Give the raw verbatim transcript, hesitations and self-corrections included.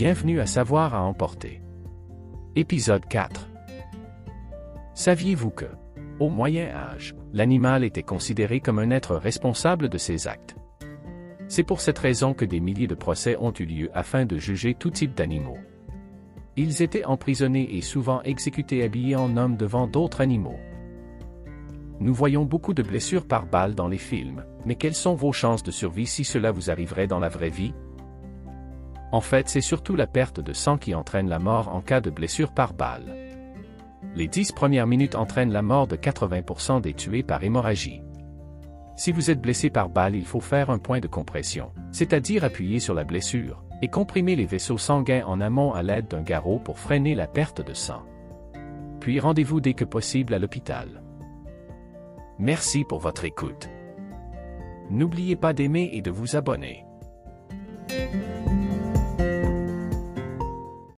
Bienvenue à Savoir à emporter. Épisode quatre. Saviez-vous que, au Moyen Âge, l'animal était considéré comme un être responsable de ses actes? C'est pour cette raison que des milliers de procès ont eu lieu afin de juger tout type d'animaux. Ils étaient emprisonnés et souvent exécutés habillés en hommes devant d'autres animaux. Nous voyons beaucoup de blessures par balle dans les films, mais quelles sont vos chances de survie si cela vous arriverait dans la vraie vie? En fait, c'est surtout la perte de sang qui entraîne la mort en cas de blessure par balle. Les dix premières minutes entraînent la mort de quatre-vingts pour cent des tués par hémorragie. Si vous êtes blessé par balle, il faut faire un point de compression, c'est-à-dire appuyer sur la blessure, et comprimer les vaisseaux sanguins en amont à l'aide d'un garrot pour freiner la perte de sang. Puis rendez-vous dès que possible à l'hôpital. Merci pour votre écoute. N'oubliez pas d'aimer et de vous abonner.